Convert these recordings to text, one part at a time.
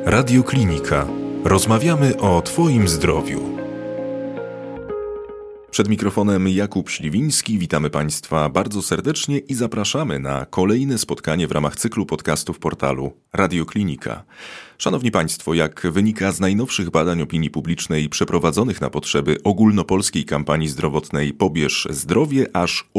Radio Klinika. Rozmawiamy o Twoim zdrowiu. Przed mikrofonem Jakub Śliwiński. Witamy Państwa bardzo serdecznie i zapraszamy na kolejne spotkanie w ramach cyklu podcastów portalu Radio Klinika. Szanowni Państwo, jak wynika z najnowszych badań opinii publicznej przeprowadzonych na potrzeby ogólnopolskiej kampanii zdrowotnej Pobierz Zdrowie, aż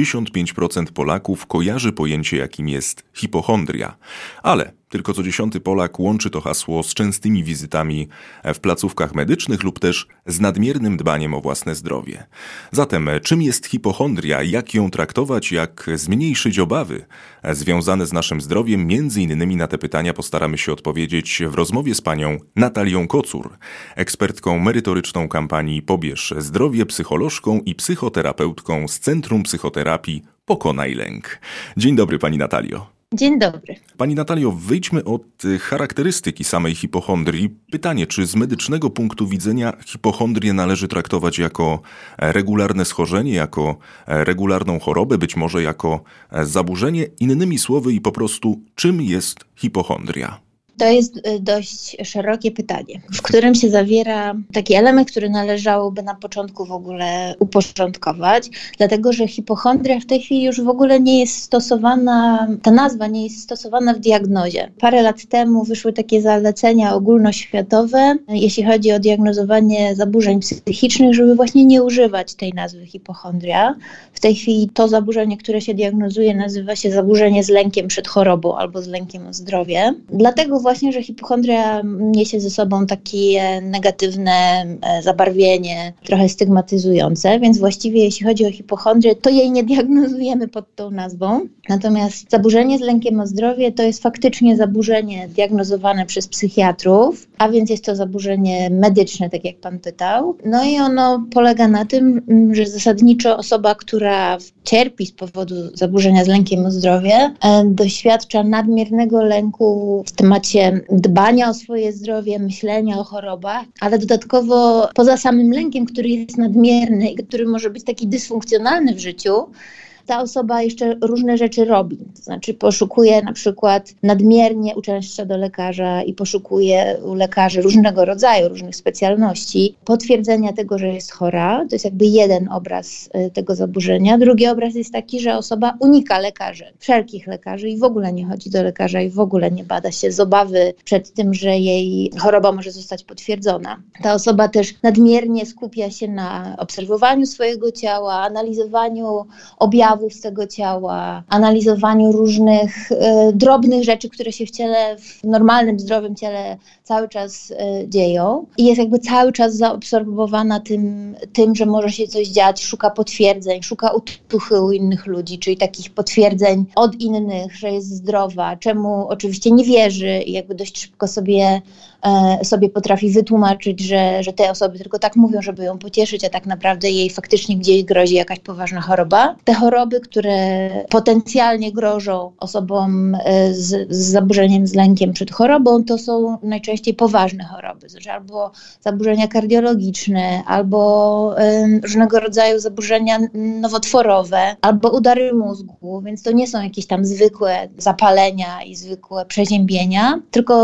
85% Polaków kojarzy pojęcie, jakim jest hipochondria. Ale tylko co 10. Polak łączy to hasło z częstymi wizytami w placówkach medycznych lub też z nadmiernym dbaniem o własne zdrowie. Zatem czym jest hipochondria, jak ją traktować, jak zmniejszyć obawy związane z naszym zdrowiem? Między innymi na te pytania postaramy się odpowiedzieć w rozmowie z panią Natalią Kocur, ekspertką merytoryczną kampanii Pobierz Zdrowie, psycholożką i psychoterapeutką z Centrum Psychoterapii Pokonaj Lęk. Dzień dobry pani Natalio. Dzień dobry. Pani Natalio, wyjdźmy od charakterystyki samej hipochondrii. Pytanie, czy z medycznego punktu widzenia hipochondrię należy traktować jako regularne schorzenie, jako regularną chorobę, być może jako zaburzenie? Innymi słowy i po prostu, czym jest hipochondria? To jest dość szerokie pytanie, w którym się zawiera taki element, który należałoby na początku w ogóle uporządkować, dlatego że hipochondria w tej chwili już w ogóle nie jest stosowana, ta nazwa nie jest stosowana w diagnozie. Parę lat temu wyszły takie zalecenia ogólnoświatowe, jeśli chodzi o diagnozowanie zaburzeń psychicznych, żeby właśnie nie używać tej nazwy hipochondria. W tej chwili to zaburzenie, które się diagnozuje, nazywa się zaburzenie z lękiem przed chorobą albo z lękiem o zdrowie. Dlatego właśnie, że hipochondria niesie ze sobą takie negatywne zabarwienie, trochę stygmatyzujące, więc właściwie jeśli chodzi o hipochondrię, to jej nie diagnozujemy pod tą nazwą. Natomiast zaburzenie z lękiem o zdrowie to jest faktycznie zaburzenie diagnozowane przez psychiatrów, a więc jest to zaburzenie medyczne, tak jak pan pytał. No i ono polega na tym, że zasadniczo osoba, która cierpi z powodu zaburzenia z lękiem o zdrowie, doświadcza nadmiernego lęku w temacie dbania o swoje zdrowie, myślenia o chorobach, ale dodatkowo poza samym lękiem, który jest nadmierny i który może być taki dysfunkcjonalny w życiu, ta osoba jeszcze różne rzeczy robi. To znaczy poszukuje na przykład nadmiernie uczęszcza do lekarza i poszukuje u lekarzy różnego rodzaju, różnych specjalności potwierdzenia tego, że jest chora. To jest jakby jeden obraz tego zaburzenia. Drugi obraz jest taki, że osoba unika lekarzy, wszelkich lekarzy i w ogóle nie chodzi do lekarza i w ogóle nie bada się z obawy przed tym, że jej choroba może zostać potwierdzona. Ta osoba też nadmiernie skupia się na obserwowaniu swojego ciała, analizowaniu objawów z tego ciała, analizowaniu różnych drobnych rzeczy, które się w ciele, w normalnym, zdrowym ciele cały czas dzieją i jest jakby cały czas zaabsorbowana tym, że może się coś dziać, szuka potwierdzeń, szuka otuchy u innych ludzi, czyli takich potwierdzeń od innych, że jest zdrowa, czemu oczywiście nie wierzy i jakby dość szybko sobie potrafi wytłumaczyć, że te osoby tylko tak mówią, żeby ją pocieszyć, a tak naprawdę jej faktycznie gdzieś grozi jakaś poważna choroba. Te choroby, które potencjalnie grożą osobom z zaburzeniem, z lękiem przed chorobą, to są najczęściej poważne choroby, znaczy albo zaburzenia kardiologiczne, albo różnego rodzaju zaburzenia nowotworowe, albo udary mózgu, więc to nie są jakieś tam zwykłe zapalenia i zwykłe przeziębienia,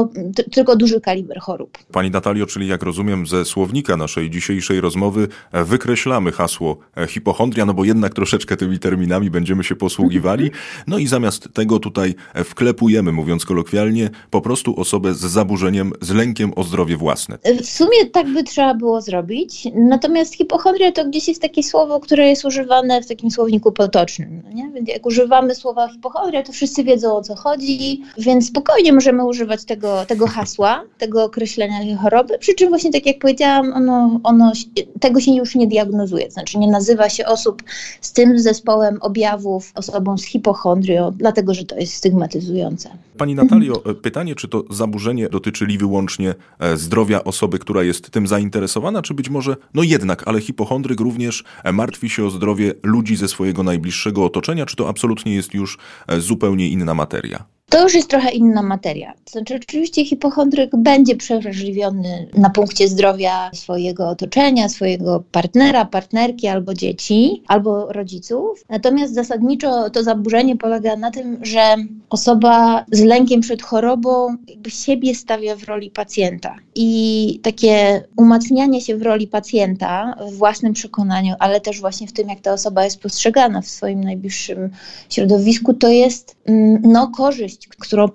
tylko duży kaliber chorób. Pani Natalio, czyli jak rozumiem ze słownika naszej dzisiejszej rozmowy wykreślamy hasło hipochondria, no bo jednak troszeczkę tymi terminami będziemy się posługiwali, no i zamiast tego tutaj wklepujemy, mówiąc kolokwialnie, po prostu osobę z zaburzeniem, z lękiem o zdrowie własne. W sumie tak by trzeba było zrobić, natomiast hipochondria to gdzieś jest takie słowo, które jest używane w takim słowniku potocznym, no nie? Więc jak używamy słowa hipochondria, to wszyscy wiedzą, o co chodzi, więc spokojnie możemy używać tego hasła, tego określenia tej choroby, przy czym właśnie tak jak powiedziałam, ono tego się już nie diagnozuje, to znaczy nie nazywa się osób z tym zespołem objawów osobą z hipochondrią, dlatego że to jest stygmatyzujące. Pani Natalio, pytanie, czy to zaburzenie dotyczy wyłącznie zdrowia osoby, która jest tym zainteresowana, czy być może, no jednak, ale hipochondryk również martwi się o zdrowie ludzi ze swojego najbliższego otoczenia, czy to absolutnie jest już zupełnie inna materia? To już jest trochę inna materia. To znaczy oczywiście hipochondryk będzie przewrażliwiony na punkcie zdrowia swojego otoczenia, swojego partnera, partnerki albo dzieci, albo rodziców. Natomiast zasadniczo to zaburzenie polega na tym, że osoba z lękiem przed chorobą jakby siebie stawia w roli pacjenta. I takie umacnianie się w roli pacjenta w własnym przekonaniu, ale też właśnie w tym, jak ta osoba jest postrzegana w swoim najbliższym środowisku, to jest korzyść, którą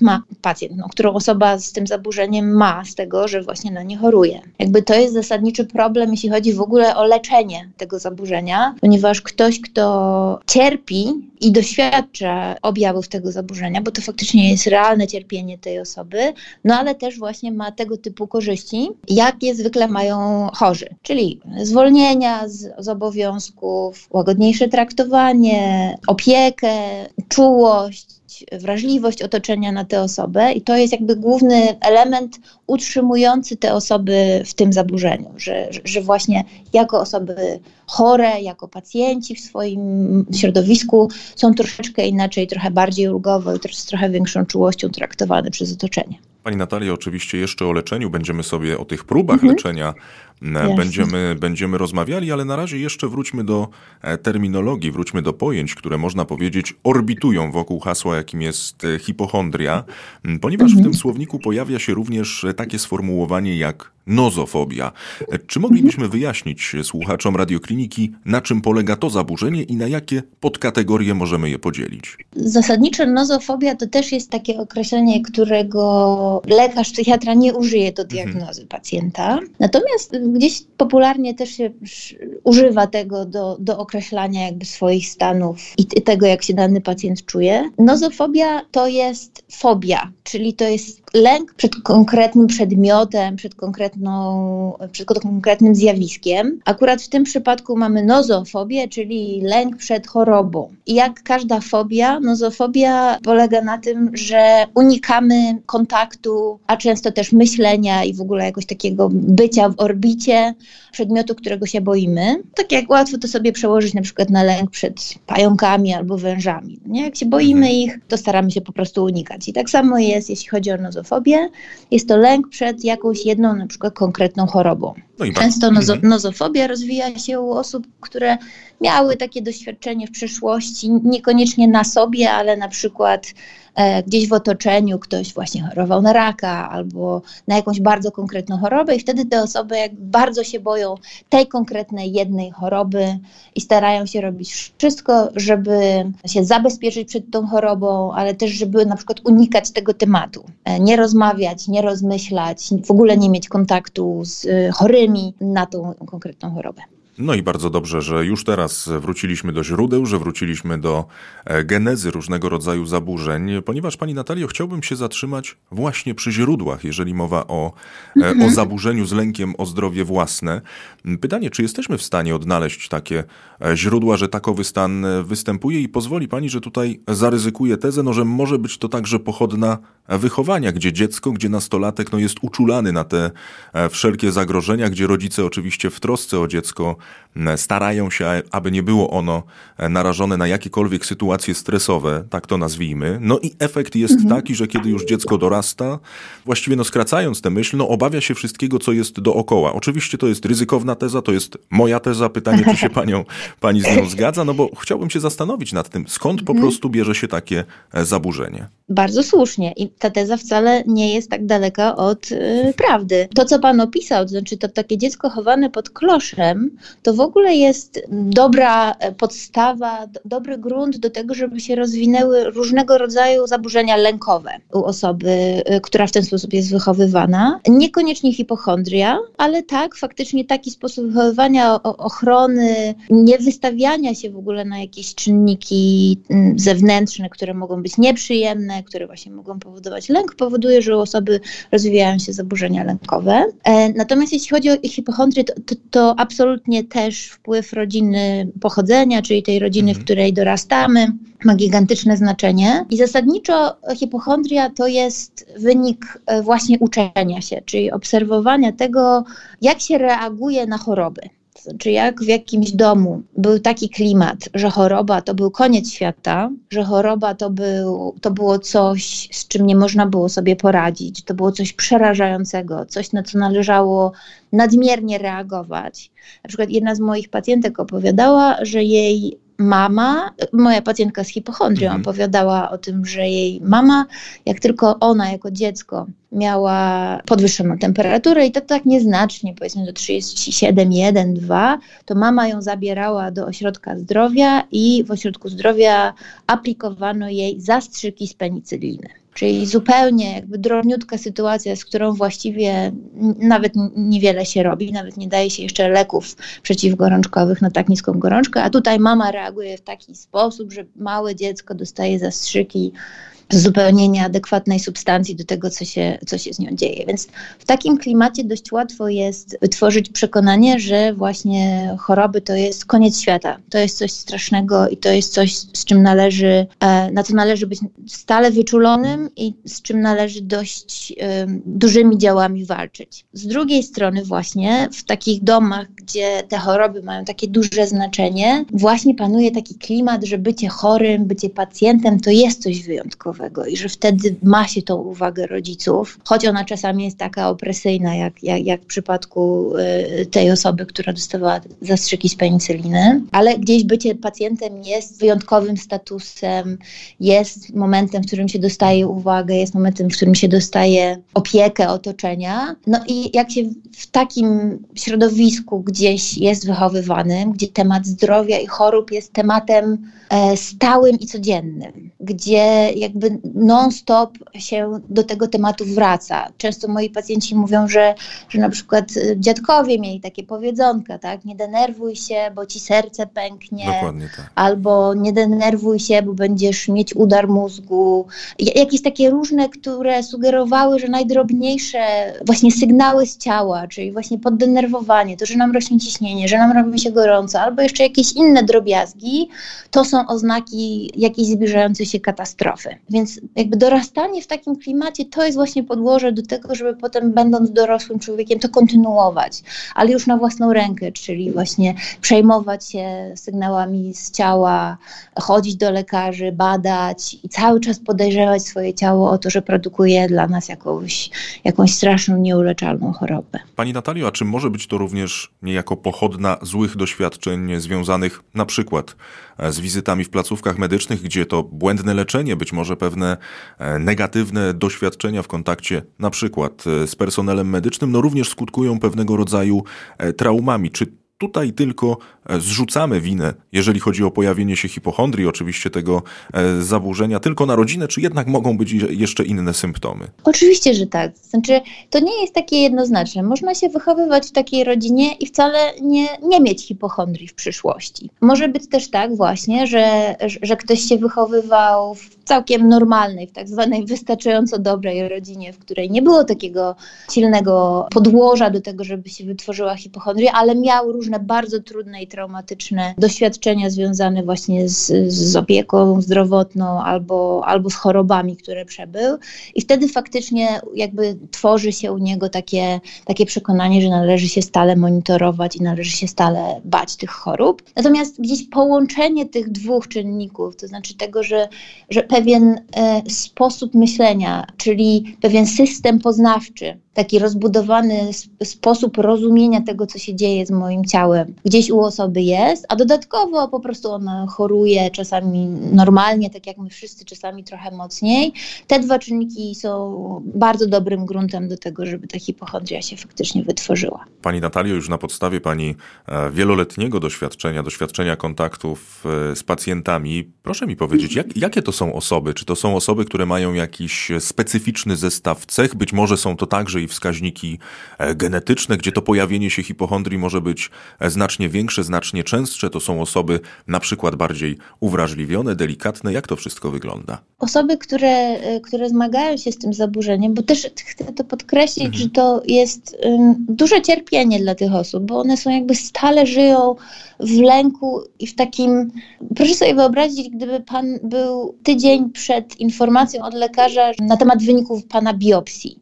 którą osoba z tym zaburzeniem ma z tego, że właśnie na nie choruje. Jakby to jest zasadniczy problem, jeśli chodzi w ogóle o leczenie tego zaburzenia, ponieważ ktoś, kto cierpi i doświadcza objawów tego zaburzenia, bo to faktycznie jest realne cierpienie tej osoby, ale też właśnie ma tego typu korzyści, jakie zwykle mają chorzy, czyli zwolnienia z obowiązków, łagodniejsze traktowanie, opiekę, czułość, wrażliwość otoczenia na tę osobę i to jest jakby główny element utrzymujący te osoby w tym zaburzeniu, że właśnie jako osoby chore, jako pacjenci w swoim środowisku są troszeczkę inaczej, trochę bardziej ulgowo i z trochę większą czułością traktowane przez otoczenie. Pani Natalio, oczywiście jeszcze o leczeniu będziemy sobie, o tych próbach leczenia będziemy rozmawiali, ale na razie jeszcze wróćmy do terminologii, wróćmy do pojęć, które można powiedzieć orbitują wokół hasła, jakim jest hipochondria, ponieważ w tym słowniku pojawia się również takie sformułowanie jak nozofobia. Czy moglibyśmy wyjaśnić słuchaczom Radiokliniki, na czym polega to zaburzenie i na jakie podkategorie możemy je podzielić? Zasadniczo nozofobia to też jest takie określenie, którego lekarz, psychiatra nie użyje do diagnozy pacjenta. Natomiast gdzieś popularnie też się używa tego do określania jakby swoich stanów i tego, jak się dany pacjent czuje. Nozofobia to jest fobia, czyli to jest lęk przed konkretnym przedmiotem, przed konkretnym zjawiskiem. Akurat w tym przypadku mamy nozofobię, czyli lęk przed chorobą. I jak każda fobia, nozofobia polega na tym, że unikamy kontaktu, a często też myślenia i w ogóle jakoś takiego bycia w orbicie przedmiotu, którego się boimy. Tak jak łatwo to sobie przełożyć na przykład na lęk przed pająkami albo wężami. Nie? Jak się boimy ich, to staramy się po prostu unikać. I tak samo jest, jeśli chodzi o nozofobię. Jest to lęk przed jakąś jedną na przykład konkretną chorobą. Często nozofobia rozwija się u osób, które miały takie doświadczenie w przeszłości, niekoniecznie na sobie, ale na przykład gdzieś w otoczeniu ktoś właśnie chorował na raka albo na jakąś bardzo konkretną chorobę i wtedy te osoby bardzo się boją tej konkretnej jednej choroby i starają się robić wszystko, żeby się zabezpieczyć przed tą chorobą, ale też żeby na przykład unikać tego tematu. Nie rozmawiać, nie rozmyślać, w ogóle nie mieć kontaktu z chorymi na tą konkretną chorobę. No i bardzo dobrze, że już teraz wróciliśmy do źródeł, że wróciliśmy do genezy różnego rodzaju zaburzeń, ponieważ Pani Natalio, chciałbym się zatrzymać właśnie przy źródłach, jeżeli mowa o zaburzeniu z lękiem o zdrowie własne. Pytanie, czy jesteśmy w stanie odnaleźć takie źródła, że takowy stan występuje i pozwoli Pani, że tutaj zaryzykuję tezę, że może być to także pochodna wychowania, gdzie dziecko, gdzie nastolatek jest uczulany na te wszelkie zagrożenia, gdzie rodzice oczywiście w trosce o dziecko starają się, aby nie było ono narażone na jakiekolwiek sytuacje stresowe, tak to nazwijmy. No i efekt jest taki, że kiedy już dziecko dorasta, właściwie skracając tę myśl, obawia się wszystkiego, co jest dookoła. Oczywiście to jest ryzykowna teza, to jest moja teza. Pytanie, czy się pani z nią zgadza? Bo chciałbym się zastanowić nad tym, skąd po prostu bierze się takie zaburzenie. Bardzo słusznie i ta teza wcale nie jest tak daleka od prawdy. To, co pan opisał, to znaczy to takie dziecko chowane pod kloszem, to w ogóle jest dobra podstawa, dobry grunt do tego, żeby się rozwinęły różnego rodzaju zaburzenia lękowe u osoby, która w ten sposób jest wychowywana. Niekoniecznie hipochondria, ale tak, faktycznie taki sposób wychowywania, ochrony, nie wystawiania się w ogóle na jakieś czynniki zewnętrzne, które mogą być nieprzyjemne, które właśnie mogą powodować lęk, powoduje, że u osoby rozwijają się zaburzenia lękowe. Natomiast jeśli chodzi o hipochondrię, to absolutnie też wpływ rodziny pochodzenia, czyli tej rodziny, w której dorastamy, ma gigantyczne znaczenie. I zasadniczo hipochondria to jest wynik właśnie uczenia się, czyli obserwowania tego, jak się reaguje na choroby. To Czy jak w jakimś domu był taki klimat, że choroba to był koniec świata, że choroba to było coś, z czym nie można było sobie poradzić, to było coś przerażającego, coś, na co należało nadmiernie reagować. Na przykład jedna z moich pacjentek opowiadała, że jej mama, moja pacjentka z hipochondrią opowiadała o tym, że jej mama, jak tylko ona jako dziecko miała podwyższoną temperaturę i to tak nieznacznie, powiedzmy do 37,1, 2, to mama ją zabierała do ośrodka zdrowia i w ośrodku zdrowia aplikowano jej zastrzyki z penicyliny. Czyli zupełnie jakby drobniutka sytuacja, z którą właściwie nawet niewiele się robi, nawet nie daje się jeszcze leków przeciwgorączkowych na tak niską gorączkę, a tutaj mama reaguje w taki sposób, że małe dziecko dostaje zastrzyki z zupełnie nieadekwatnej substancji do tego, co się z nią dzieje. Więc w takim klimacie dość łatwo jest wytworzyć przekonanie, że właśnie choroby to jest koniec świata. To jest coś strasznego i to jest coś, z czym na co należy być stale wyczulonym i z czym należy dość dużymi działami walczyć. Z drugiej strony właśnie w takich domach, gdzie te choroby mają takie duże znaczenie, właśnie panuje taki klimat, że bycie chorym, bycie pacjentem to jest coś wyjątkowego. I że wtedy ma się tą uwagę rodziców, choć ona czasami jest taka opresyjna, jak w przypadku tej osoby, która dostawała zastrzyki z penicyliny, ale gdzieś bycie pacjentem jest wyjątkowym statusem, jest momentem, w którym się dostaje uwagę, jest momentem, w którym się dostaje opiekę otoczenia. No i jak się w takim środowisku gdzieś jest wychowywanym, gdzie temat zdrowia i chorób jest tematem stałym i codziennym, gdzie jakby non-stop się do tego tematu wraca. Często moi pacjenci mówią, że na przykład dziadkowie mieli takie powiedzonka, tak? Nie denerwuj się, bo ci serce pęknie. Dokładnie tak. Albo nie denerwuj się, bo będziesz mieć udar mózgu. Jakieś takie różne, które sugerowały, że najdrobniejsze właśnie sygnały z ciała, czyli właśnie poddenerwowanie, to, że nam rośnie ciśnienie, że nam robi się gorąco, albo jeszcze jakieś inne drobiazgi, to są oznaki jakiejś zbliżającej się katastrofy. Więc jakby dorastanie w takim klimacie to jest właśnie podłoże do tego, żeby potem będąc dorosłym człowiekiem to kontynuować, ale już na własną rękę, czyli właśnie przejmować się sygnałami z ciała, chodzić do lekarzy, badać i cały czas podejrzewać swoje ciało o to, że produkuje dla nas jakąś straszną, nieuleczalną chorobę. Pani Natalio, a czy może być to również niejako pochodna złych doświadczeń związanych na przykład z wizytami w placówkach medycznych, gdzie to błędne leczenie, być może pewne negatywne doświadczenia w kontakcie na przykład z personelem medycznym, no również skutkują pewnego rodzaju traumami. Czy tutaj tylko zrzucamy winę, jeżeli chodzi o pojawienie się hipochondrii, oczywiście tego zaburzenia, tylko na rodzinę, czy jednak mogą być jeszcze inne symptomy? Oczywiście, że tak. Znaczy, to nie jest takie jednoznaczne. Można się wychowywać w takiej rodzinie i wcale nie mieć hipochondrii w przyszłości. Może być też tak właśnie, że ktoś się wychowywał w całkiem normalnej, w tak zwanej wystarczająco dobrej rodzinie, w której nie było takiego silnego podłoża do tego, żeby się wytworzyła hipochondria, ale miał różne bardzo trudne i traumatyczne doświadczenia związane właśnie z opieką zdrowotną albo z chorobami, które przebył. I wtedy faktycznie jakby tworzy się u niego takie przekonanie, że należy się stale monitorować i należy się stale bać tych chorób. Natomiast gdzieś połączenie tych dwóch czynników, to znaczy tego, że pewien sposób myślenia, czyli pewien system poznawczy, taki rozbudowany sposób rozumienia tego, co się dzieje z moim ciałem, gdzieś u osoby jest, a dodatkowo po prostu ona choruje czasami normalnie, tak jak my wszyscy, czasami trochę mocniej. Te dwa czynniki są bardzo dobrym gruntem do tego, żeby ta hipochondria się faktycznie wytworzyła. Pani Natalio, już na podstawie Pani wieloletniego doświadczenia kontaktów z pacjentami, proszę mi powiedzieć, jakie to są osoby? Czy to są osoby, które mają jakiś specyficzny zestaw cech? Być może są to także i wskaźniki genetyczne, gdzie to pojawienie się hipochondrii może być znacznie większe, znacznie częstsze. To są osoby na przykład bardziej uwrażliwione, delikatne. Jak to wszystko wygląda? Osoby, które zmagają się z tym zaburzeniem, bo też chcę to podkreślić, że to jest duże cierpienie dla tych osób, bo one są jakby stale żyją w lęku i w takim... Proszę sobie wyobrazić, gdyby pan był tydzień przed informacją od lekarza na temat wyników pana biopsji.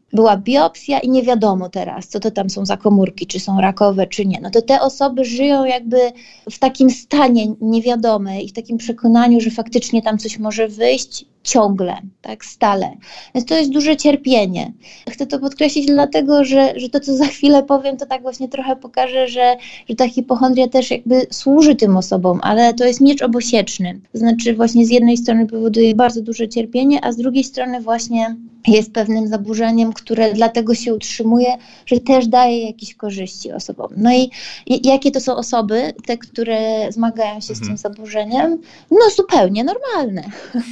była biopsja i nie wiadomo teraz, co to tam są za komórki, czy są rakowe, czy nie, no to te osoby żyją jakby w takim stanie niewiadome i w takim przekonaniu, że faktycznie tam coś może wyjść ciągle, tak, stale. Więc to jest duże cierpienie. Chcę to podkreślić dlatego, że to, co za chwilę powiem, to tak właśnie trochę pokaże, że ta hipochondria też jakby służy tym osobom, ale to jest miecz obosieczny. To znaczy właśnie z jednej strony powoduje bardzo duże cierpienie, a z drugiej strony właśnie jest pewnym zaburzeniem, które dlatego się utrzymuje, że też daje jakieś korzyści osobom. No i jakie to są osoby, te, które zmagają się z tym zaburzeniem? No zupełnie normalne.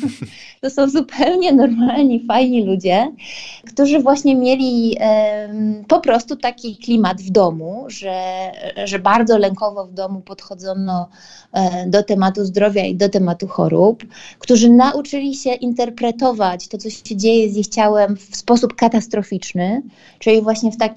To są zupełnie normalni, fajni ludzie, którzy właśnie mieli po prostu taki klimat w domu, że bardzo lękowo w domu podchodzono do tematu zdrowia i do tematu chorób, którzy nauczyli się interpretować to, co się dzieje z ich ciałem w sposób katastroficzny, czyli właśnie w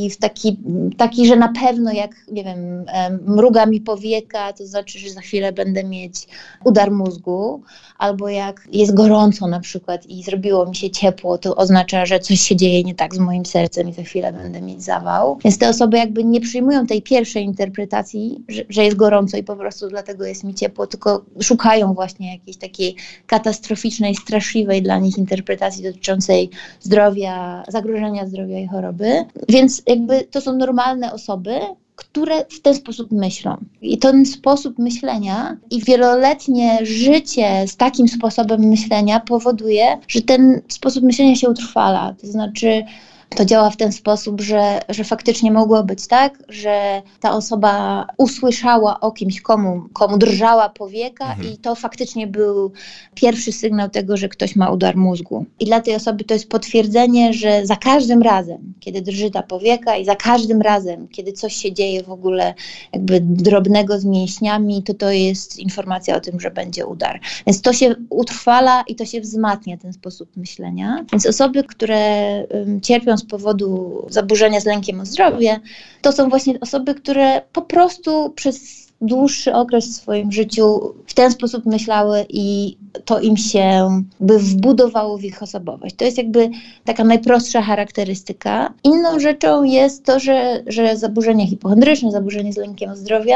taki, że na pewno jak, nie wiem, mruga mi powieka, to znaczy, że za chwilę będę mieć udar mózgu, albo jak jest gorąco na przykład i zrobiło mi się ciepło, to oznacza, że coś się dzieje nie tak z moim sercem i za chwilę będę mieć zawał. Więc te osoby jakby nie przyjmują tej pierwszej interpretacji, że jest gorąco i po prostu dlatego jest mi ciepło, tylko szukają właśnie jakiejś takiej katastroficznej, straszliwej dla nich interpretacji dotyczącej zdrowia, zagrożenia zdrowia i choroby. Więc jakby to są normalne osoby, które w ten sposób myślą. I ten sposób myślenia i wieloletnie życie z takim sposobem myślenia powoduje, że ten sposób myślenia się utrwala. To znaczy to działa w ten sposób, że faktycznie mogło być tak, że ta osoba usłyszała o kimś, komu drżała powieka i to faktycznie był pierwszy sygnał tego, że ktoś ma udar mózgu. I dla tej osoby to jest potwierdzenie, że za każdym razem, kiedy drży ta powieka i za każdym razem, kiedy coś się dzieje w ogóle jakby drobnego z mięśniami, to jest informacja o tym, że będzie udar. Więc to się utrwala i to się wzmacnia, ten sposób myślenia. Więc osoby, które cierpią z powodu zaburzenia z lękiem o zdrowie, to są właśnie osoby, które po prostu przez dłuższy okres w swoim życiu w ten sposób myślały i to im się wbudowało w ich osobowość. To jest jakby taka najprostsza charakterystyka. Inną rzeczą jest to, że zaburzenia hipochondryczne, zaburzenia z lękiem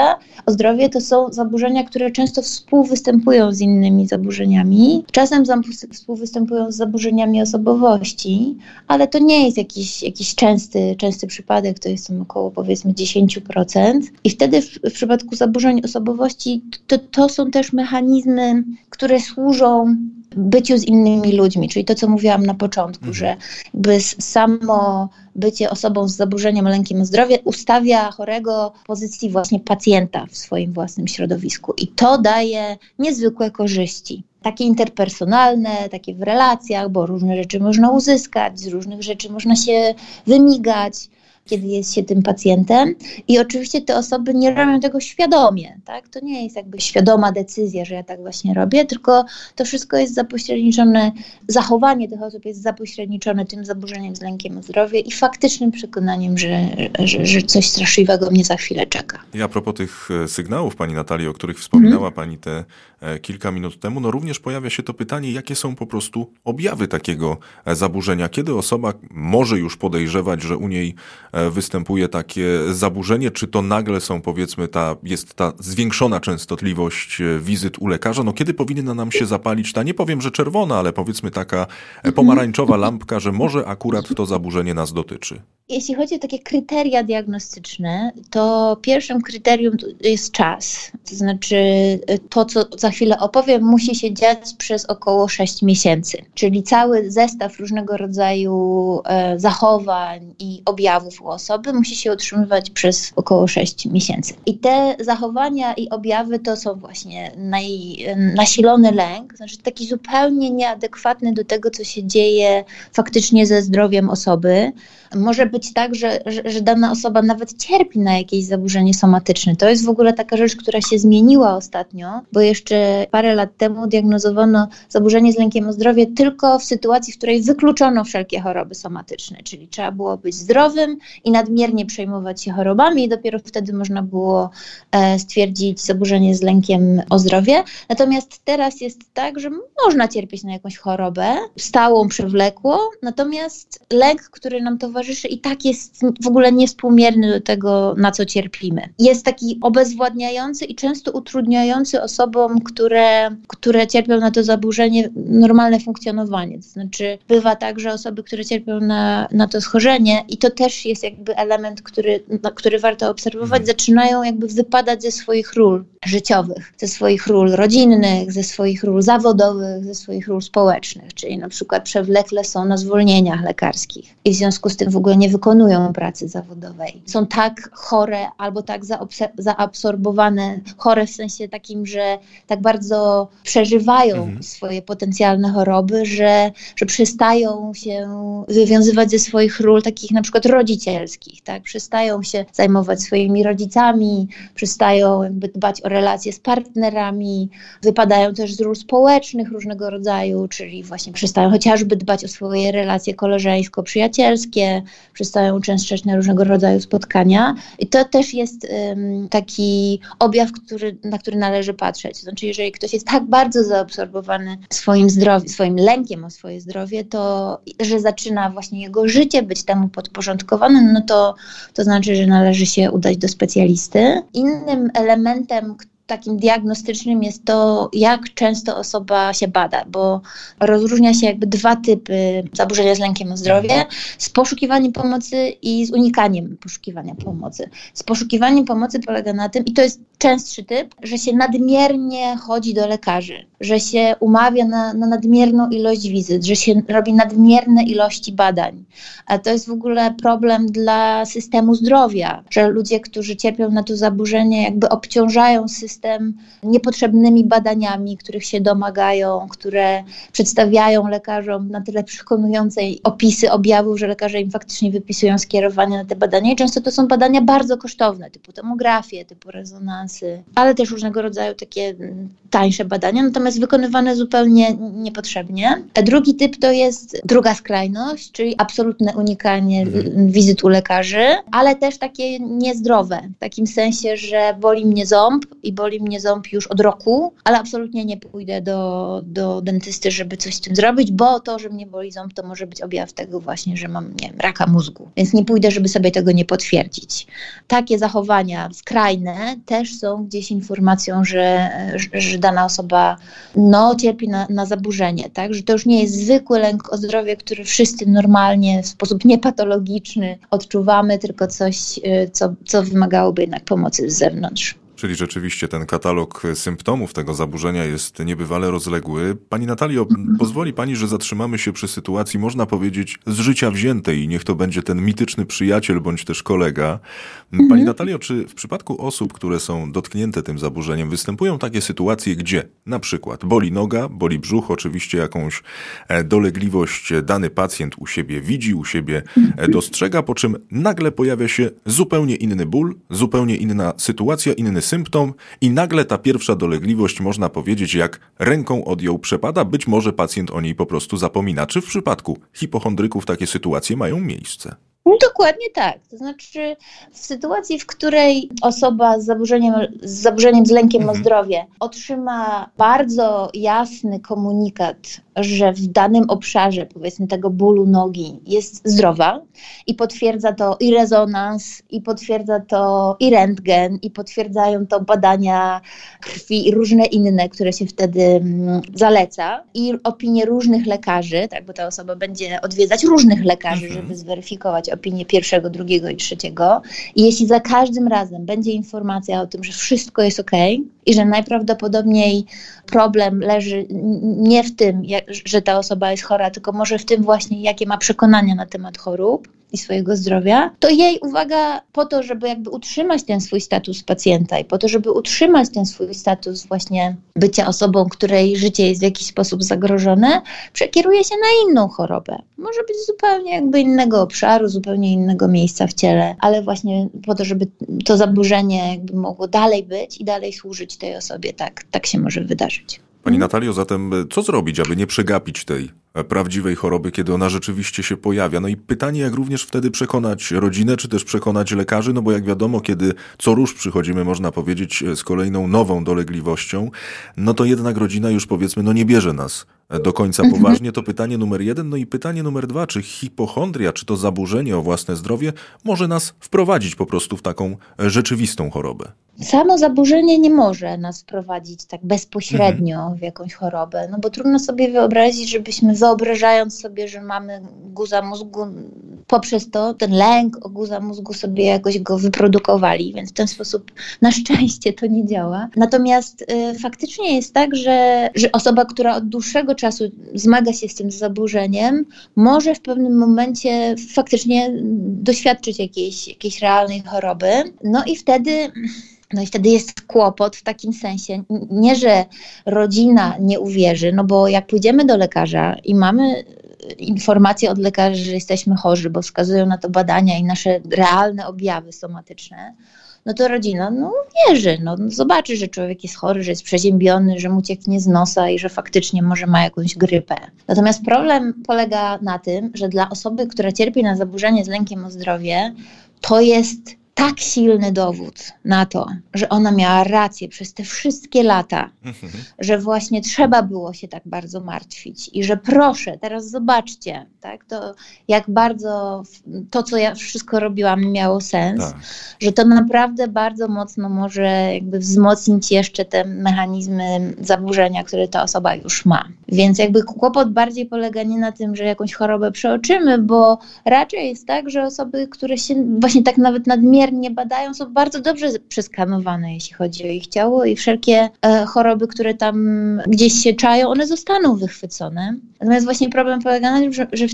o zdrowie to są zaburzenia, które często współwystępują z innymi zaburzeniami. Czasem współwystępują z zaburzeniami osobowości, ale to nie jest jakiś częsty przypadek, to jest tam około powiedzmy 10%. I wtedy w przypadku zaburzeń osobowości to są też mechanizmy, które służą byciu z innymi ludźmi, czyli to, co mówiłam na początku, że jakby samo bycie osobą z zaburzeniem lękiem o zdrowie ustawia chorego w pozycji właśnie pacjenta w swoim własnym środowisku i to daje niezwykłe korzyści. Takie interpersonalne, takie w relacjach, bo różne rzeczy można uzyskać, z różnych rzeczy można się wymigać, kiedy jest się tym pacjentem i oczywiście te osoby nie robią tego świadomie, tak? To nie jest jakby świadoma decyzja, że ja tak właśnie robię, tylko to wszystko jest zapośredniczone, zachowanie tych osób jest zapośredniczone tym zaburzeniem z lękiem o zdrowie i faktycznym przekonaniem, że coś straszliwego mnie za chwilę czeka. I a propos tych sygnałów, pani Natalii, o których wspominała pani te kilka minut temu, no również pojawia się to pytanie, jakie są po prostu objawy takiego zaburzenia, kiedy osoba może już podejrzewać, że u niej występuje takie zaburzenie, czy to nagle są, powiedzmy, jest ta zwiększona częstotliwość wizyt u lekarza, no kiedy powinna nam się zapalić ta, nie powiem, że czerwona, ale powiedzmy taka pomarańczowa lampka, że może akurat to zaburzenie nas dotyczy? Jeśli chodzi o takie kryteria diagnostyczne, to pierwszym kryterium jest czas. To znaczy to, co za chwilę opowiem, musi się dziać przez około 6 miesięcy. Czyli cały zestaw różnego rodzaju zachowań i objawów u osoby musi się utrzymywać przez około 6 miesięcy. I te zachowania i objawy to są właśnie nasilony lęk, znaczy taki zupełnie nieadekwatny do tego, co się dzieje faktycznie ze zdrowiem osoby. Może być tak, że dana osoba nawet cierpi na jakieś zaburzenie somatyczne. To jest w ogóle taka rzecz, która się zmieniła ostatnio, bo jeszcze parę lat temu diagnozowano zaburzenie z lękiem o zdrowie tylko w sytuacji, w której wykluczono wszelkie choroby somatyczne, czyli trzeba było być zdrowym i nadmiernie przejmować się chorobami i dopiero wtedy można było stwierdzić zaburzenie z lękiem o zdrowie. Natomiast teraz jest tak, że można cierpieć na jakąś chorobę stałą, przewlekłą, natomiast lęk, który nam towarzyszy, i tak jest w ogóle niewspółmierny do tego, na co cierpimy. Jest taki obezwładniający i często utrudniający osobom, które cierpią na to zaburzenie, normalne funkcjonowanie. To znaczy bywa tak, że osoby, które cierpią na to schorzenie, i to też jest jakby element, który warto obserwować, zaczynają jakby wypadać ze swoich ról życiowych, ze swoich ról rodzinnych, ze swoich ról zawodowych, ze swoich ról społecznych, czyli na przykład przewlekle są na zwolnieniach lekarskich i w związku z tym w ogóle nie wykonują pracy zawodowej. Są tak chore albo tak zaabsorbowane, chore w sensie takim, że tak bardzo przeżywają swoje potencjalne choroby, że przestają się wywiązywać ze swoich ról takich na przykład rodzicielskich, tak? Przestają się zajmować swoimi rodzicami, przestają jakby dbać o relacje z partnerami, wypadają też z ról społecznych różnego rodzaju, czyli właśnie przestają chociażby dbać o swoje relacje koleżeńsko-przyjacielskie, przestają uczęszczać na różnego rodzaju spotkania i to też jest taki objaw, na który należy patrzeć. To znaczy, jeżeli ktoś jest tak bardzo zaabsorbowany swoim zdrowiem, swoim lękiem o swoje zdrowie, to że zaczyna właśnie jego życie być temu podporządkowane, no to znaczy, że należy się udać do specjalisty. Innym elementem takim diagnostycznym jest to, jak często osoba się bada, bo rozróżnia się jakby dwa typy zaburzenia z lękiem o zdrowie, z poszukiwaniem pomocy i z unikaniem poszukiwania pomocy. Z poszukiwaniem pomocy polega na tym, i to jest częstszy typ, że się nadmiernie chodzi do lekarzy, że się umawia na nadmierną ilość wizyt, że się robi nadmierne ilości badań. A to jest w ogóle problem dla systemu zdrowia, że ludzie, którzy cierpią na to zaburzenie, jakby obciążają system niepotrzebnymi badaniami, których się domagają, które przedstawiają lekarzom na tyle przekonujące opisy objawów, że lekarze im faktycznie wypisują skierowania na te badania i często to są badania bardzo kosztowne, typu tomografie, typu rezonansy, ale też różnego rodzaju takie tańsze badania, natomiast wykonywane zupełnie niepotrzebnie. A drugi typ to jest druga skrajność, czyli absolutne unikanie wizyt u lekarzy, ale też takie niezdrowe, w takim sensie, że boli mnie ząb i boli mnie ząb już od roku, ale absolutnie nie pójdę do dentysty, żeby coś z tym zrobić, bo to, że mnie boli ząb, to może być objaw tego właśnie, że mam, nie wiem, raka mózgu. Więc nie pójdę, żeby sobie tego nie potwierdzić. Takie zachowania skrajne też są gdzieś informacją, że dana osoba cierpi na zaburzenie, tak? Że to już nie jest zwykły lęk o zdrowie, który wszyscy normalnie w sposób niepatologiczny odczuwamy, tylko coś, co wymagałoby jednak pomocy z zewnątrz. Czyli rzeczywiście ten katalog symptomów tego zaburzenia jest niebywale rozległy. Pani Natalio, pozwoli Pani, że zatrzymamy się przy sytuacji, można powiedzieć, z życia wziętej i niech to będzie ten mityczny przyjaciel bądź też kolega. Pani Natalio, czy w przypadku osób, które są dotknięte tym zaburzeniem, występują takie sytuacje, gdzie na przykład boli noga, boli brzuch, oczywiście jakąś dolegliwość dany pacjent u siebie widzi, u siebie dostrzega, po czym nagle pojawia się zupełnie inny ból, zupełnie inna sytuacja, inny symptom i nagle ta pierwsza dolegliwość, można powiedzieć, jak ręką od ją przepada, być może pacjent o niej po prostu zapomina. Czy w przypadku hipochondryków takie sytuacje mają miejsce? Dokładnie tak. To znaczy w sytuacji, w której osoba z zaburzeniem z lękiem o zdrowie otrzyma bardzo jasny komunikat, że w danym obszarze, powiedzmy, tego bólu nogi jest zdrowa i potwierdza to i rezonans, i potwierdza to i rentgen, i potwierdzają to badania krwi i różne inne, które się wtedy zaleca, i opinie różnych lekarzy, tak, bo ta osoba będzie odwiedzać różnych lekarzy, żeby zweryfikować opinię pierwszego, drugiego i trzeciego. I jeśli za każdym razem będzie informacja o tym, że wszystko jest okej i że najprawdopodobniej problem leży nie w tym, że ta osoba jest chora, tylko może w tym właśnie, jakie ma przekonania na temat chorób, i swojego zdrowia, to jej uwaga po to, żeby jakby utrzymać ten swój status pacjenta i po to, żeby utrzymać ten swój status właśnie bycia osobą, której życie jest w jakiś sposób zagrożone, przekieruje się na inną chorobę. Może być zupełnie jakby innego obszaru, zupełnie innego miejsca w ciele, ale właśnie po to, żeby to zaburzenie jakby mogło dalej być i dalej służyć tej osobie. Tak się może wydarzyć. Pani Natalio, zatem co zrobić, aby nie przegapić tej prawdziwej choroby, kiedy ona rzeczywiście się pojawia? No i pytanie, jak również wtedy przekonać rodzinę, czy też przekonać lekarzy, no bo jak wiadomo, kiedy co rusz przychodzimy, można powiedzieć, z kolejną nową dolegliwością, no to jednak rodzina już powiedzmy, no nie bierze nas do końca poważnie. To pytanie numer 1. No i pytanie numer 2, czy hipochondria, czy to zaburzenie o własne zdrowie może nas wprowadzić po prostu w taką rzeczywistą chorobę? Samo zaburzenie nie może nas wprowadzić tak bezpośrednio w jakąś chorobę, no bo trudno sobie wyobrazić, żebyśmy wyobrażając sobie, że mamy guza mózgu, poprzez to ten lęk o guza mózgu sobie jakoś go wyprodukowali, więc w ten sposób na szczęście to nie działa. Natomiast faktycznie jest tak, że osoba, która od dłuższego czasu zmaga się z tym zaburzeniem, może w pewnym momencie faktycznie doświadczyć jakiejś realnej choroby. No i wtedy jest kłopot w takim sensie, nie, że rodzina nie uwierzy, no bo jak pójdziemy do lekarza i mamy informacje od lekarzy, że jesteśmy chorzy, bo wskazują na to badania i nasze realne objawy somatyczne, no to rodzina wierzy, zobaczy, że człowiek jest chory, że jest przeziębiony, że mu cieknie z nosa i że faktycznie może ma jakąś grypę. Natomiast problem polega na tym, że dla osoby, która cierpi na zaburzenie z lękiem o zdrowie, to jest tak silny dowód na to, że ona miała rację przez te wszystkie lata, że właśnie trzeba było się tak bardzo martwić i że proszę, teraz zobaczcie, tak, to jak bardzo to, co ja wszystko robiłam, miało sens, że to naprawdę bardzo mocno może jakby wzmocnić jeszcze te mechanizmy zaburzenia, które ta osoba już ma. Więc jakby kłopot bardziej polega nie na tym, że jakąś chorobę przeoczymy, bo raczej jest tak, że osoby, które się właśnie tak nawet nadmiernie badają, są bardzo dobrze przeskanowane, jeśli chodzi o ich ciało i wszelkie choroby, które tam gdzieś się czają, one zostaną wychwycone. Natomiast właśnie problem polega na tym,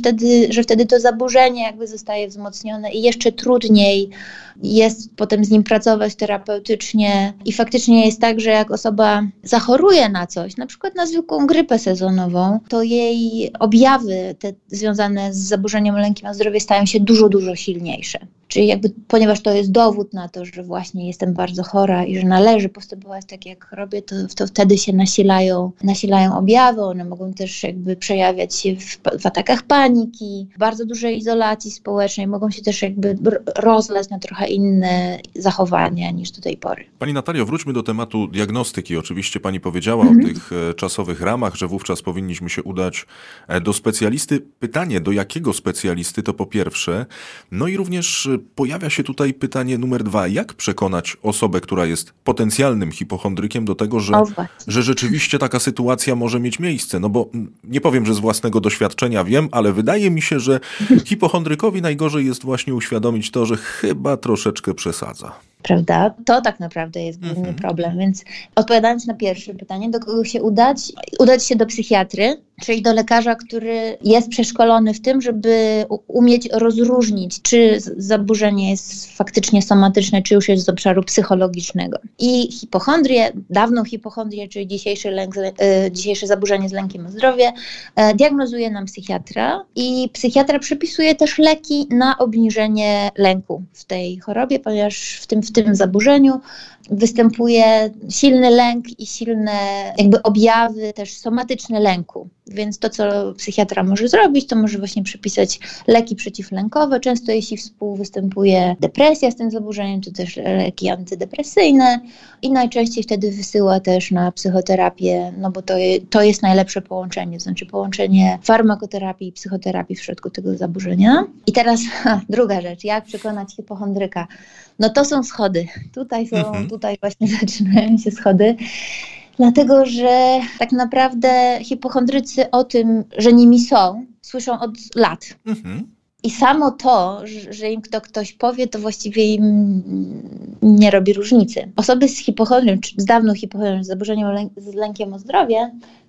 że wtedy to zaburzenie jakby zostaje wzmocnione i jeszcze trudniej jest potem z nim pracować terapeutycznie i faktycznie jest tak, że jak osoba zachoruje na coś, na przykład na zwykłą grypę sezonową, to jej objawy te związane z zaburzeniem lękiem o zdrowie stają się dużo, dużo silniejsze. Czyli jakby, ponieważ to jest dowód na to, że właśnie jestem bardzo chora i że należy postępować tak, jak robię, to wtedy się nasilają objawy, one mogą też jakby przejawiać się w atakach paniki, w bardzo dużej izolacji społecznej, mogą się też jakby rozlać na trochę inne zachowania niż do tej pory. Pani Natalio, wróćmy do tematu diagnostyki. Oczywiście pani powiedziała o tych czasowych ramach, że wówczas powinniśmy się udać do specjalisty. Pytanie, do jakiego specjalisty, to po pierwsze. No i również pojawia się tutaj pytanie numer 2. Jak przekonać osobę, która jest potencjalnym hipochondrykiem do tego, że rzeczywiście taka sytuacja może mieć miejsce? No bo nie powiem, że z własnego doświadczenia wiem, ale wydaje mi się, że hipochondrykowi najgorzej jest właśnie uświadomić to, że chyba troszeczkę przesadza. Prawda? To tak naprawdę jest główny problem, więc odpowiadając na pierwsze pytanie, do kogo się udać? Udać się do psychiatry, czyli do lekarza, który jest przeszkolony w tym, żeby umieć rozróżnić, czy zaburzenie jest faktycznie somatyczne, czy już jest z obszaru psychologicznego. I dawną hipochondrię, czyli dzisiejsze zaburzenie z lękiem o zdrowie, diagnozuje nam psychiatra i psychiatra przepisuje też leki na obniżenie lęku w tej chorobie, ponieważ w tym zaburzeniu występuje silny lęk i silne jakby objawy też somatyczne lęku. Więc to, co psychiatra może zrobić, to może właśnie przepisać leki przeciwlękowe. Często jeśli współwystępuje depresja z tym zaburzeniem, to też leki antydepresyjne i najczęściej wtedy wysyła też na psychoterapię, no bo to jest najlepsze połączenie, to znaczy połączenie farmakoterapii i psychoterapii w przypadku tego zaburzenia. I teraz druga rzecz, jak przekonać hipochondryka? No to są schody. Tutaj właśnie zaczynają się schody. Dlatego, że tak naprawdę hipochondrycy o tym, że nimi są, słyszą od lat. I samo to, że im ktoś powie, to właściwie im nie robi różnicy. Osoby z hipochondrią, czy z dawną hipochondrią, z zaburzeniem z lękiem o zdrowie,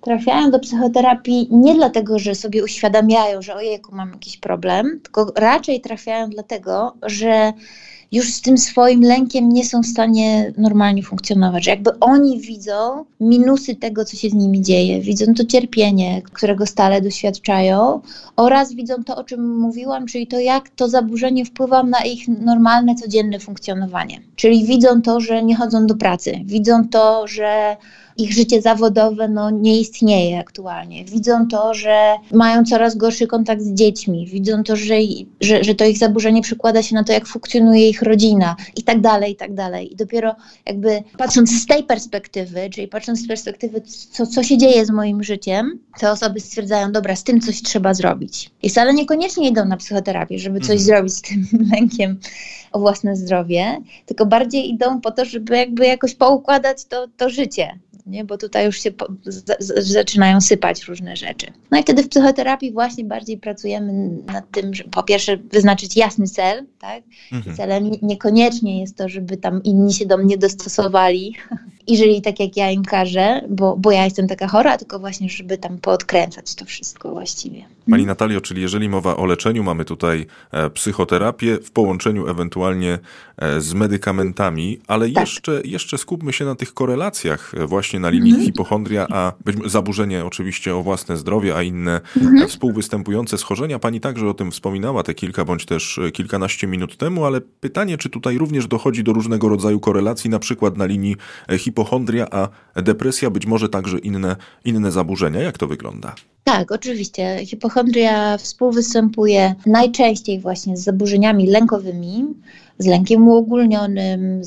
trafiają do psychoterapii nie dlatego, że sobie uświadamiają, że ojejku, mam jakiś problem, tylko raczej trafiają dlatego, że już z tym swoim lękiem nie są w stanie normalnie funkcjonować, że jakby oni widzą minusy tego, co się z nimi dzieje, widzą to cierpienie, którego stale doświadczają, oraz widzą to, o czym mówiłam, czyli to, jak to zaburzenie wpływa na ich normalne, codzienne funkcjonowanie. Czyli widzą to, że nie chodzą do pracy, widzą to, że ich życie zawodowe nie istnieje aktualnie. Widzą to, że mają coraz gorszy kontakt z dziećmi. Widzą to, że to ich zaburzenie przekłada się na to, jak funkcjonuje ich rodzina i tak dalej, i tak dalej. I dopiero jakby patrząc z tej perspektywy, czyli patrząc z perspektywy, co się dzieje z moim życiem, te osoby stwierdzają, dobra, z tym coś trzeba zrobić. I wcale niekoniecznie idą na psychoterapię, żeby coś zrobić z tym lękiem o własne zdrowie, tylko bardziej idą po to, żeby jakby jakoś poukładać to życie. Nie? Bo tutaj już się zaczynają sypać różne rzeczy. No i wtedy w psychoterapii właśnie bardziej pracujemy nad tym, żeby po pierwsze wyznaczyć jasny cel, tak? Celem niekoniecznie jest to, żeby tam inni się do mnie dostosowali i żyli tak, jak ja im każę, bo ja jestem taka chora, tylko właśnie, żeby tam poodkręcać to wszystko właściwie. Pani Natalio, czyli jeżeli mowa o leczeniu, mamy tutaj psychoterapię w połączeniu ewentualnie z medykamentami, ale tak. jeszcze skupmy się na tych korelacjach właśnie na linii hipochondria, a zaburzenie oczywiście o własne zdrowie, a inne współwystępujące schorzenia. Pani także o tym wspominała te kilka bądź też kilkanaście minut temu, ale pytanie, czy tutaj również dochodzi do różnego rodzaju korelacji, na przykład na linii hipochondria, a depresja, być może także inne zaburzenia. Jak to wygląda? Tak, oczywiście. Hipochondria współwystępuje najczęściej właśnie z zaburzeniami lękowymi, z lękiem uogólnionym,